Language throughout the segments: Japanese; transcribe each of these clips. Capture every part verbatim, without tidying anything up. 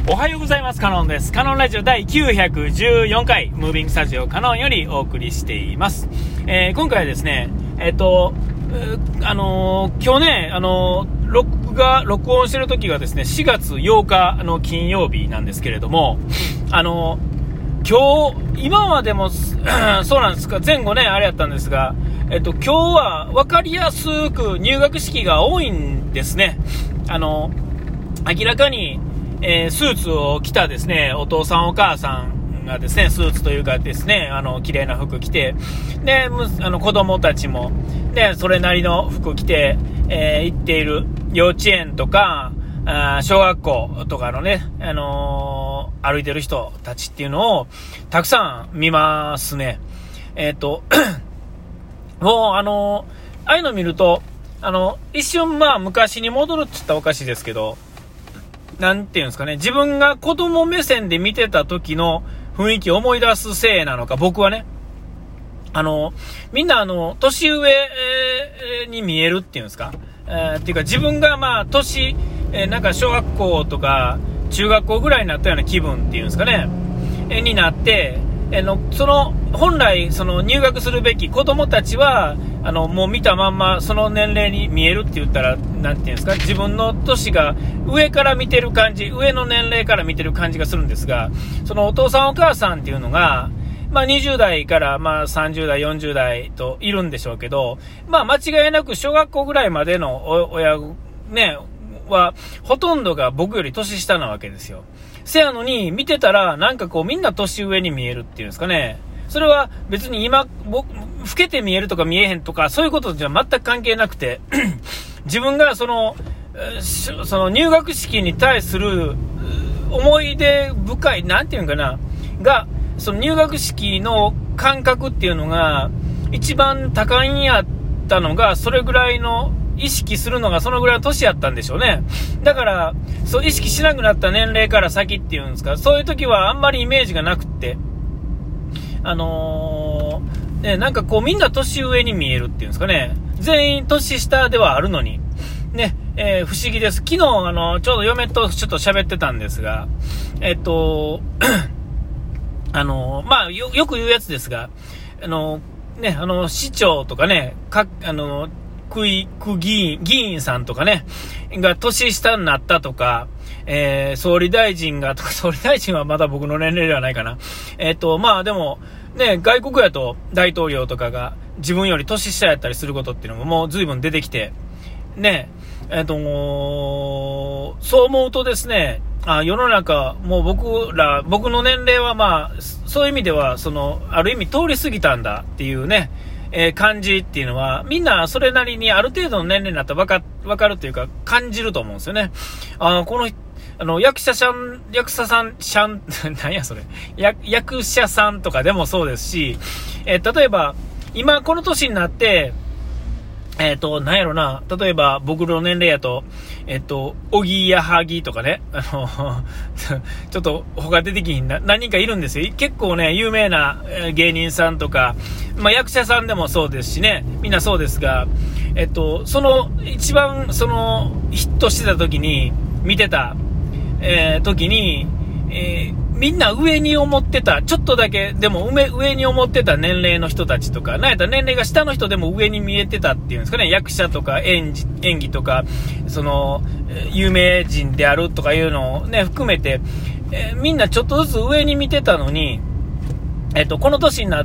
おはようございます。カノンです。カノンラジオだいきゅうひゃくじゅうよんかいムービングスタジオカノンよりお送りしています。えー、今回はですね、えっと、あのー、今日ね、あのー、録画、録音してる時がですね、しがつようかの金曜日なんですけれども、あのー、今日、今までも、そうなんですか、前後ね、あれやったんですが、えっと、今日は分かりやすく入学式が多いんですね。あのー、明らかに、えー、スーツを着たですね、お父さんお母さんがですね、スーツというかですね、あの綺麗な服着て、で、あの子供たちもね、それなりの服着て、えー、行っている幼稚園とかあ小学校とかのね、あのー、歩いてる人たちっていうのをたくさん見ますね。えっともうあのー、ああいうの見ると、あの一瞬まあ昔に戻るって言ったらおかしいですけど、なんていうんですかね、自分が子供目線で見てた時の雰囲気を思い出すせいなのか、僕はね、あのみんなあの年上、えー、に見えるっていうんですか、えー、っていうか自分がまあ年、えー、なんか小学校とか中学校ぐらいになったような気分っていうんですかね、えー、になって、えー、のその本来その入学するべき子供たちはあのもう見たまんまその年齢に見えるって言ったら、なんていうんですか、自分の年が上から見てる感じ、上の年齢から見てる感じがするんですが、そのお父さんお母さんっていうのが、まあ、にじゅうだいからまあさんじゅうだいよんじゅうだいといるんでしょうけど、まあ、間違いなく小学校ぐらいまでの親ねはほとんどが僕より年下なわけですよ。せやのに見てたらなんかこうみんな年上に見えるっていうんですかね。それは別に今僕老けて見えるとか見えへんとかそういうことじゃ全く関係なくて自分がそのその入学式に対する思い出深い、なんていうのかな、がその入学式の感覚っていうのが一番多感にあったのが、それぐらいの意識するのがそのぐらいの年やったんでしょうね。だからそう意識しなくなった年齢から先っていうんですか、そういう時はあんまりイメージがなくって、あのーね、なんかこうみんな年上に見えるっていうんですかね、全員年下ではあるのにね、えー、不思議です。昨日あのちょうど嫁とちょっと喋ってたんですが、えっとあのまあ よ, よく言うやつですが、あのね、あの市長とかね、かあの区議員議員さんとかねが年下になったとか、えー、総理大臣がとか、総理大臣はまだ僕の年齢ではないかな。えっとまあでもね、外国やと大統領とかが自分より年下やったりすることっていうのももう随分出てきてね、えっとそう思うとですね、あ、世の中もう僕ら僕の年齢はまあそういう意味ではそのある意味通り過ぎたんだっていうね、えー、感じっていうのはみんなそれなりにある程度の年齢になったら分か、分かるというか感じると思うんですよね。あ、このあの役者さん役者さんシャン何やそれ役役者さんとかでもそうですし、えー、例えば今この年になってえっと、なんやろな、例えば僕の年齢やと、えっと、おぎやはぎとかね、あの、ちょっと他出てきひんな、何人かいるんですよ。結構ね、有名な芸人さんとか、まあ役者さんでもそうですしね、みんなそうですが、えっと、その、一番、その、ヒットしてた時に、見てた、えー、時に、えーみんな上に思ってた、ちょっとだけでも上、上に思ってた年齢の人たちとか、なんやったら年齢が下の人でも上に見えてたっていうんですかね、役者とか演技、演技とか、その、有名人であるとかいうのをね、含めて、えー、みんなちょっとずつ上に見てたのに、えっと、この年になって、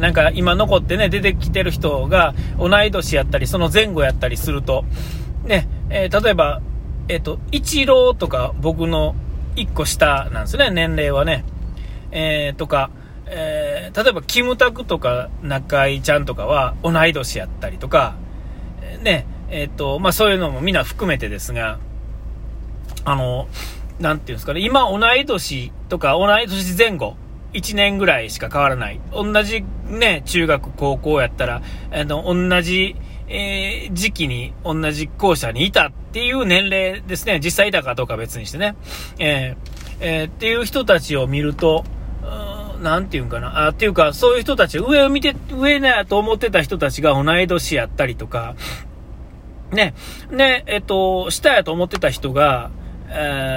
なんか今残ってね、出てきてる人が同い年やったり、その前後やったりすると、ね、えー、例えば、えっと、一郎とか僕のいっこ下なんですね、年齢はね、えー、とか、えー、例えばキムタクとか中井ちゃんとかは同い年やったりとかね、えーとまあ、そういうのもみんな含めてですが、あのなんていうんですかね、今同い年とか同い年前後いちねんぐらいしか変わらない、同じね中学高校やったらあの同じえー、時期に同じ校舎にいたっていう年齢ですね。実際いたかどうか別にしてね、えーえー、っていう人たちを見ると、なんていうんかな、あっていうかそういう人たち、上を見て上だと思ってた人たちが同い年やったりとかね、ね、えっと下やと思ってた人が、え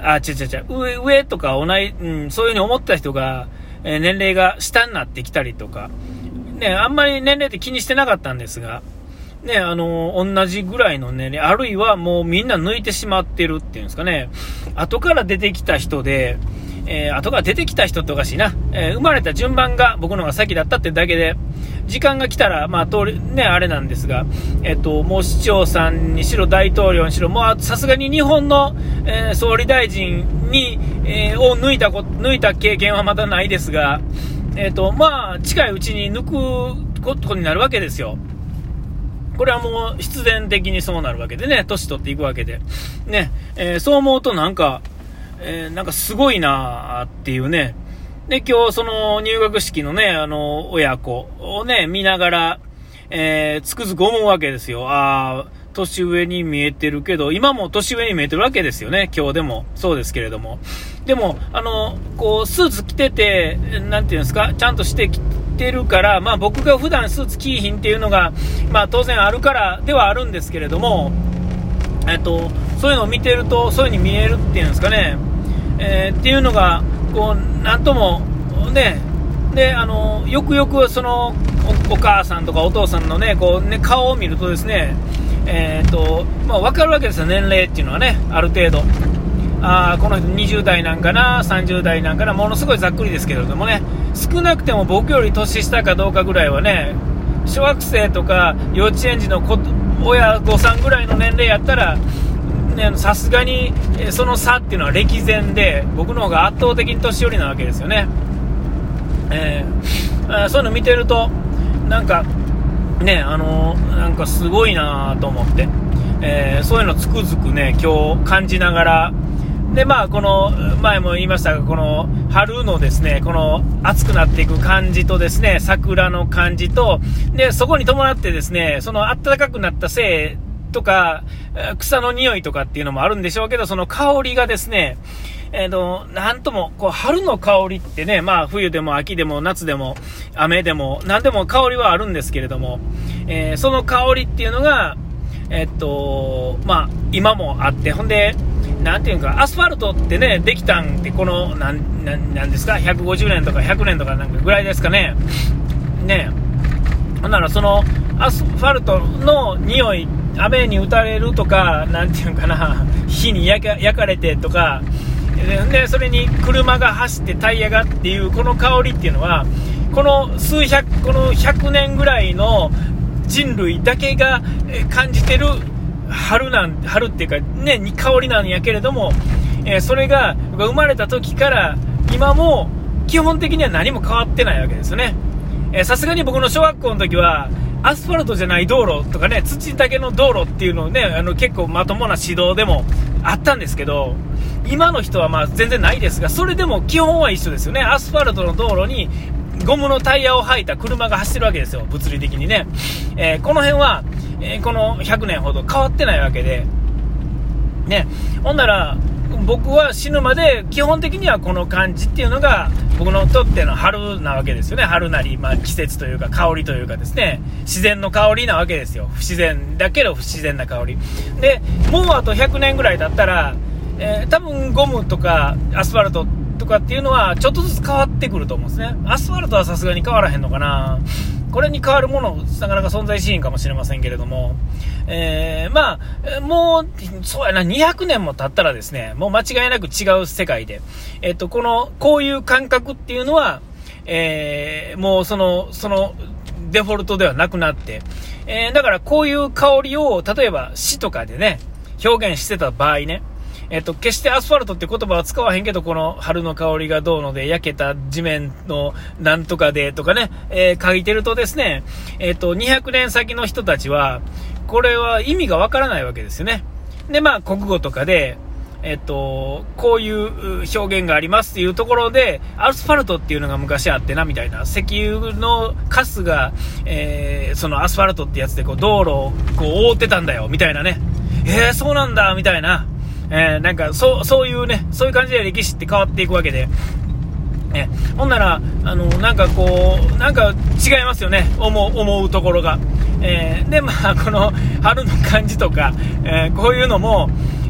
あ、違う違う違う、上、上とか同い、うん、そういう風に思った人が、えー、年齢が下になってきたりとか、ね、あんまり年齢って気にしてなかったんですが、ね、あのー、同じぐらいの年齢、あるいはもうみんな抜いてしまってるっていうんですかね、後から出てきた人で、えー、後から出てきた人っておかしいな、えー、生まれた順番が僕の方が先だったってだけで、時間が来たら、まあ、通り、ね、あれなんですが、えっと、もう市長さんにしろ、大統領にしろ、もう、さすがに日本の、えー、総理大臣に、えー、を抜いたこ、抜いた経験はまだないですが、えっと、まあ、近いうちに抜くことになるわけですよ。これはもう必然的にそうなるわけでね、年取っていくわけで。ね、えー、そう思うとなんか、えー、なんかすごいなっていうね。で、今日その入学式のね、あの、親子をね、見ながら、えー、つくづく思うわけですよ。ああ、年上に見えてるけど、今も年上に見えてるわけですよね。今日でもそうですけれども。でも、あの、こう、スーツ着てて、なんていうんですか、ちゃんとしてきてるから、まあ僕が普段スーツ着いひんっていうのが、まあ当然あるからではあるんですけれども、えっと、そういうのを見てると、そういう風に見えるっていうんですかね。えー、っていうのがこうなんともね、であのよくよくその お, お母さんとかお父さんのねこうね顔を見るとですね、えーとまあ、分かるわけですよ、年齢っていうのはね、ある程度。あこの人にじゅう代なんかな、さんじゅう代なんかな、ものすごいざっくりですけれどもね、少なくても僕より年下かどうかぐらいはね、小学生とか幼稚園児の子親御さんぐらいの年齢やったらさすがにその差っていうのは歴然で、僕の方が圧倒的に年寄りなわけですよね。えー、そういうの見てるとなんかね、あのー、なんかすごいなと思って、えー、そういうのつくづくね今日感じながら、でまあこの前も言いましたが、この春のですねこの暑くなっていく感じとですね、桜の感じと、でそこに伴ってですね、その暖かくなったせいとか草の匂いとかっていうのもあるんでしょうけど、その香りがですね、えーと、なんともこう春の香りってね、まあ冬でも秋でも夏でも雨でも何でも香りはあるんですけれども、えー、その香りっていうのがえっとまあ今もあって、ほんでなんていうか、アスファルトってねできたんってこのなんなんなんですか、ひゃくごじゅうねんとかひゃくねんとかなんかぐらいですかね。ね、ほんならそのアスファルトの匂い、雨に打たれるとか、なんていうかな、火に焼か、焼かれてとかで、それに車が走ってタイヤがっていうこの香りっていうのは、この数百このひゃくねんぐらいの人類だけが感じてる春なん春っていうかね香りなんやけれども、えー、それが生まれた時から今も基本的には何も変わってないわけですよね。さすがに僕の小学校の時はアスファルトじゃない道路とかね、土だけの道路っていうのをね、あの結構まともな指導でもあったんですけど、今の人はまあ全然ないですが、それでも基本は一緒ですよね。アスファルトの道路にゴムのタイヤを履いた車が走ってるわけですよ、物理的にね。えー、この辺は、えー、このひゃくねんほど変わってないわけでね。ほんなら僕は死ぬまで基本的にはこの感じっていうのが僕のとっての春なわけですよね。春なり、まあ、季節というか香りというかですね、自然の香りなわけですよ。不自然だけど不自然な香りで、もうあとひゃくねんぐらいだったら、えー、多分ゴムとかアスファルトとかっていうのはちょっとずつ変わってくると思うんですね。アスファルトはさすがに変わらへんのかな。これに変わるものなかなか存在しんかもしれませんけれども、えー、まあもうそうやな、にひゃくねんも経ったらですね、もう間違いなく違う世界で、えっとこのこういう感覚っていうのは、えー、もうそのそのデフォルトではなくなって、えー、だからこういう香りを例えば詩とかでね表現してた場合ね、えっと、決してアスファルトって言葉は使わへんけど、この春の香りがどうので、焼けた地面のなんとかでとかね、えー、書いてるとですね、えっと、にひゃくねん先の人たちは、これは意味がわからないわけですよね。で、まあ、国語とかで、えっと、こういう表現がありますっていうところで、アスファルトっていうのが昔あってな、みたいな。石油のカスが、えー、そのアスファルトってやつでこう道路をこう覆ってたんだよ、みたいなね。えー、そうなんだ、みたいな。えー、なんかそうそういうね、そういう感じで歴史って変わっていくわけで、えほんならあのなんかこうなんか違いますよね、思う思うところが。えー、でまあこの春の感じとか、えー、こういうのも、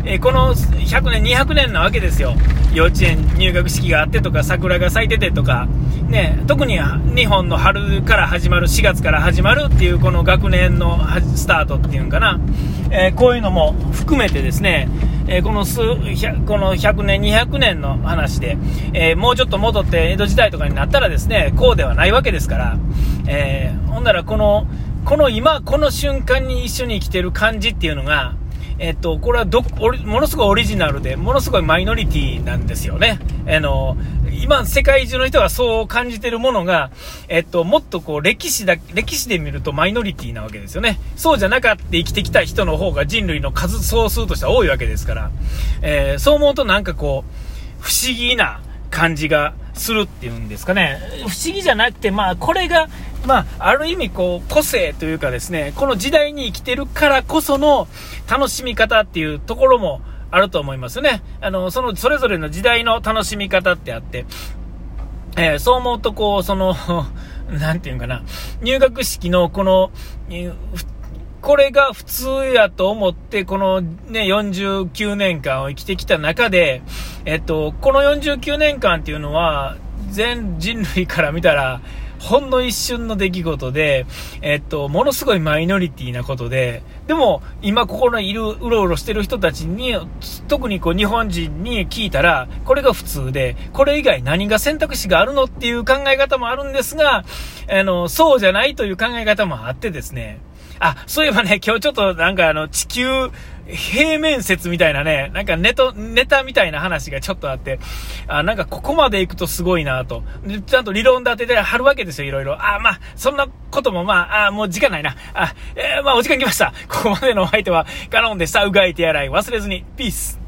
えー、このひゃくねんにひゃくねんなわけですよ。幼稚園入学式があってとか、桜が咲いててとか、ね、特に日本の春から始まる、しがつから始まるっていうこの学年のスタートっていうんかな、えー、こういうのも含めてですね、えー、この数このひゃくねんにひゃくねんの話で、えー、もうちょっと戻って江戸時代とかになったらですね、こうではないわけですから、えー、ほんならこのこの今この瞬間に一緒に生きてる感じっていうのが、えっと、これはどものすごいオリジナルでものすごいマイノリティなんですよね。あの今世界中の人がそう感じてるものが、えっと、もっとこう歴史だ歴史で見るとマイノリティなわけですよね。そうじゃなかった生きてきた人の方が人類の数総数としては多いわけですから、えー、そう思うとなんかこう不思議な感じがするっていうんですかね。不思議じゃなくて、まあこれがまあある意味こう個性というかですね、この時代に生きてるからこその楽しみ方っていうところもあると思いますね。あのそのそれぞれの時代の楽しみ方ってあって、えー、そう思うとこうそのなんていうかな、入学式のこのこれが普通やと思ってこのねよんじゅうきゅうねんかんを生きてきた中で、えっとこのよんじゅうきゅうねんかんっていうのは全人類から見たらほんの一瞬の出来事で、えっと、ものすごいマイノリティなことで、でも今ここのいるうろうろしてる人たちに、特にこう日本人に聞いたらこれが普通で、これ以外何が選択肢があるのっていう考え方もあるんですが、あのそうじゃないという考え方もあってですね、あ、そういえばね、今日ちょっとなんかあの地球平面説みたいなね、なんかネト、ネタみたいな話がちょっとあって、あ、なんかここまで行くとすごいなと。ちゃんと理論立てで貼るわけですよ、いろいろ。あ、まあ、そんなこともまあ、あ、もう時間ないな。あ、えー、まあお時間来ました。ここまでのお相手はカノンでした。うがい手洗い忘れずに。ピース。